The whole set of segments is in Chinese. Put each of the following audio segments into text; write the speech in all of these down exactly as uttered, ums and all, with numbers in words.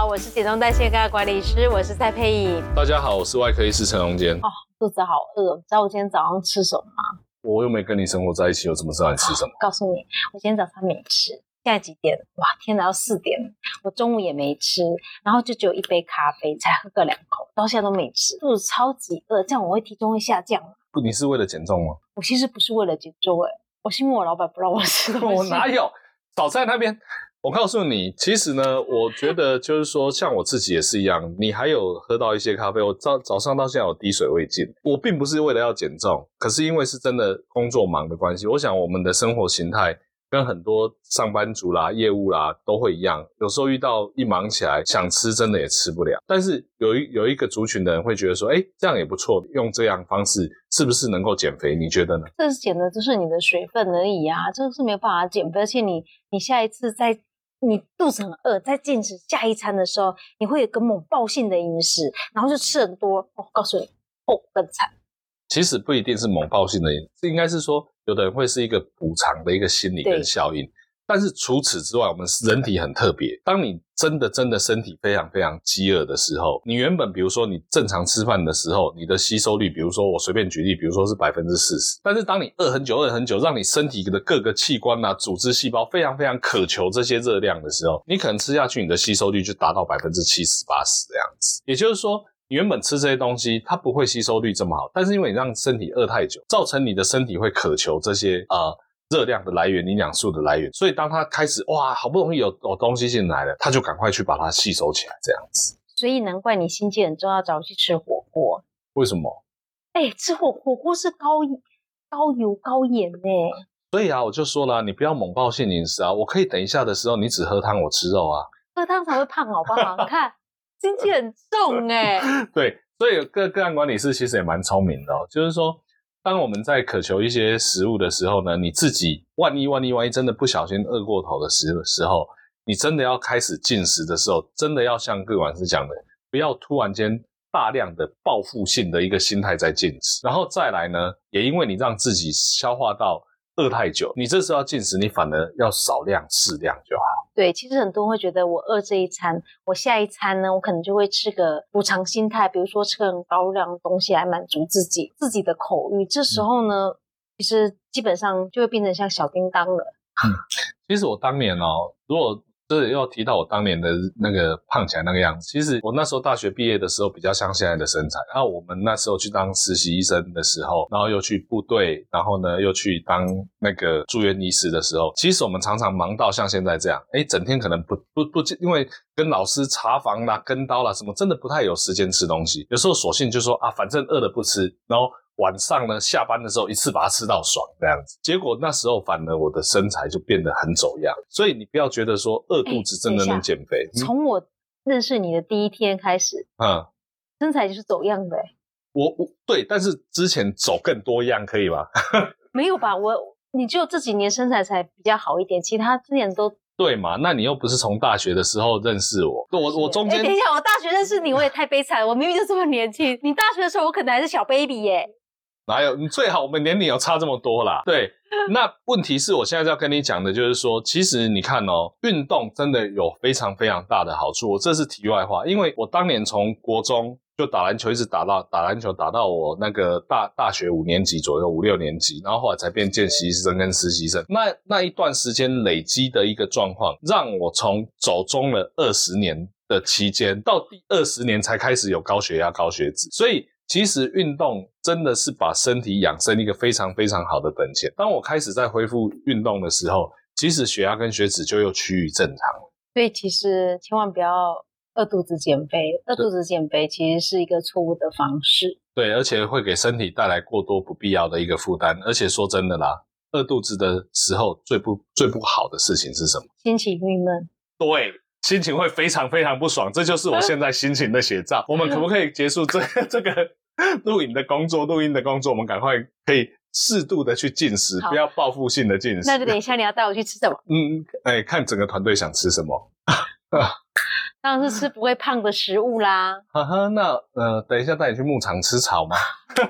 好，我是减重代谢科管理师，我是蔡沛颖。 大家好，我是外科医师陈荣坚。 哦，肚子好饿，知道我今天早上吃什么吗？ 我又没跟你生活在一起，我怎么知道你吃什么？ 告诉你，我今天早上没吃。现在几点？哇，天哪，要四点了。我中午也没吃，然后就只有一杯咖啡，才喝个两口，到现在都没吃，肚子超级饿，这样我会体重会下降吗？ 不，你是为了减重吗？ 我其实不是为了减重，哎，我是因为我老板不让我吃东西。 我哪有？早在那边。我告诉你，其实呢，我觉得就是说，像我自己也是一样，你还有喝到一些咖啡，我早早上到现在有滴水未进。我并不是为了要减重，可是因为是真的工作忙的关系，我想我们的生活形态跟很多上班族啦、业务啦都会一样，有时候遇到一忙起来，想吃真的也吃不了。但是有一有一个族群的人会觉得说，诶，这样也不错，用这样方式是不是能够减肥？你觉得呢？ 这是减的就是你的水分而已啊，这个是没有办法减肥，而且你你下一次再你肚子很饿，在进食下一餐的时候，你会有个猛爆性的饮食，然后就吃很多。哦，告诉你，哦，更惨。 其实不一定是猛爆性的，这应该是说，有的人会是一个补偿的一个心理跟效应。但是除此之外，我们人体很特别。当你真的真的身体非常非常饥饿的时候，你原本比如说你正常吃饭的时候，你的吸收率，比如说我随便举例，比如说是 百分之四十。但是当你饿很久饿很久，让你身体的各个器官啊、组织细胞非常非常渴求这些热量的时候，你可能吃下去，你的吸收率就达到 百分之七十、八十 的样子。也就是说，你原本吃这些东西，它不会吸收率这么好，但是因为你让身体饿太久，造成你的身体会渴求这些呃热量的来源、营养素的来源，所以当它开始哇，好不容易有有东西进来了，它就赶快去把它吸收起来，这样子。 所以难怪你心悸很重，要找我去吃火锅。 为什么？ 哎，吃火火锅是高高油高盐呢。 所以啊，我就说了，你不要猛爆性饮食啊！我可以等一下的时候，你只喝汤，我吃肉啊。 喝汤才会胖，好不好？你看。心机很重哎、欸， 对，所以个个案管理师其实也蛮聪明的哦。就是说，当我们在渴求一些食物的时候呢，你自己万一万一万一真的不小心饿过头的时时候，你真的要开始进食的时候，真的要像个管师讲的，不要突然间大量的报复性的一个心态在进食，然后再来呢，也因为你让自己消化到饿太久，你这时候要进食，你反而要少量适量就好。 对，其实很多人会觉得我饿这一餐，我下一餐呢，我可能就会吃个补偿心态，比如说吃个很高量的东西来满足自己自己的口欲。这时候呢，嗯、其实基本上就会变成像小叮当了。 嗯，其实我当年哦，如果这又提到我当年的那个胖起来那个样子，其实我那时候大学毕业的时候比较像现在的身材，然后我们那时候去当实习医生的时候，然后又去部队，然后呢又去当那个住院医师的时候，其实我们常常忙到像现在这样，诶整天可能不不不因为跟老师查房啦、跟刀啦什么，真的不太有时间吃东西，有时候索性就说啊，反正饿了不吃，然后晚上呢下班的时候一次把它吃到爽这样子，结果那时候反而我的身材就变得很走样。所以你不要觉得说饿肚子真的能减肥。 欸、从我认识你的第一天开始，嗯，身材就是走样的、欸。 我我对，但是之前走更多样可以吗？ 没有吧，我你就这几年身材才比较好一点，其他之前都对嘛？那你又不是从大学的时候认识我，我我中间、 欸、等一下，我大学认识你，我也太悲惨了，我明明就这么年轻，你大学的时候我可能还是小 baby 耶、欸。 哪有？你最好我们年龄有差这么多啦。对，那问题是我现在要跟你讲的就是说，其实你看哦，运动真的有非常非常大的好处。这是题外话，因为我当年从国中就打篮球，一直打到打篮球打到我那个大大学五年级左右，五六年级，然后后来才变见习生跟实习生。那那一段时间累积的一个状况，让我从走中了二十年的期间，到第二十年才开始有高血压、高血脂，所以。其实运动真的是把身体养生一个非常非常好的本钱。当我开始在恢复运动的时候，其实血压跟血脂就又趋于正常了。 所以其实千万不要饿肚子减肥，饿肚子减肥其实是一个错误的方式。 对，而且会给身体带来过多不必要的一个负担。而且说真的啦，饿肚子的时候最不最不好的事情是什么？ 心情郁闷。 对。心情会非常非常不爽，这就是我现在心情的写照。我们可不可以结束这个这个录影的工作、录音的工作？我们赶快可以适度的去进食，不要报复性的进食。 那就等一下你要带我去吃什么？ 嗯，哎，看整个团队想吃什么。 当然是吃不会胖的食物啦。 哈哈，那呃，等一下带你去牧场吃草吗？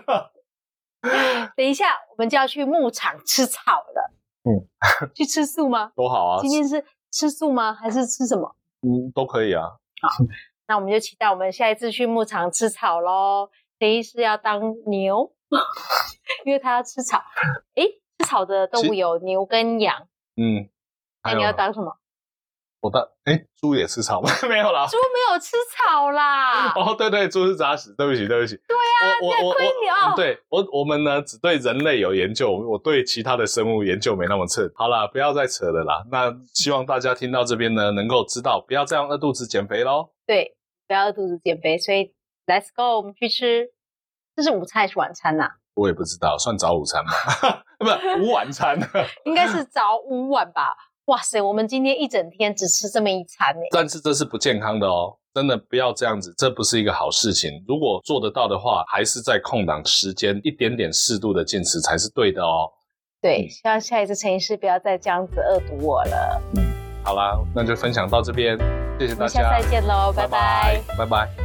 等一下我们就要去牧场吃草了。 嗯， 去吃素吗？ 多好啊！ 今天是吃素吗？还是吃什么？ 嗯，都可以啊。 好，那我们就期待我们下一次去牧场吃草咯。陈医师要当牛，因为他要吃草。诶，吃草的动物有牛跟羊。嗯，那你要当什么？ 我当诶，猪也吃草吗？没有啦， 猪没有吃草啦。 哦，对对，猪是杂食，对不起，对不起。 对啊， 我我你亏你哦。 对我我们呢只对人类有研究，我对其他的生物研究没那么彻。好啦，不要再扯了啦。那希望大家听到这边呢，能够知道不要这样饿肚子减肥咯。 对，不要饿肚子减肥，所以 let's go， 我们去吃。这是午餐还是晚餐啊？ 我也不知道，算早午餐吗？不是午晚餐， 应该是早午晚吧。哇塞，我们今天一整天只吃这么一餐耶。 但是这是不健康的哦，真的不要这样子，这不是一个好事情。如果做得到的话，还是在空档时间一点点适度的进食才是对的哦。 对，希望下一次陈医师不要再这样子恶毒我了。 嗯，好啦，那就分享到这边，谢谢大家， 我们下次再见喽，拜拜拜，拜拜。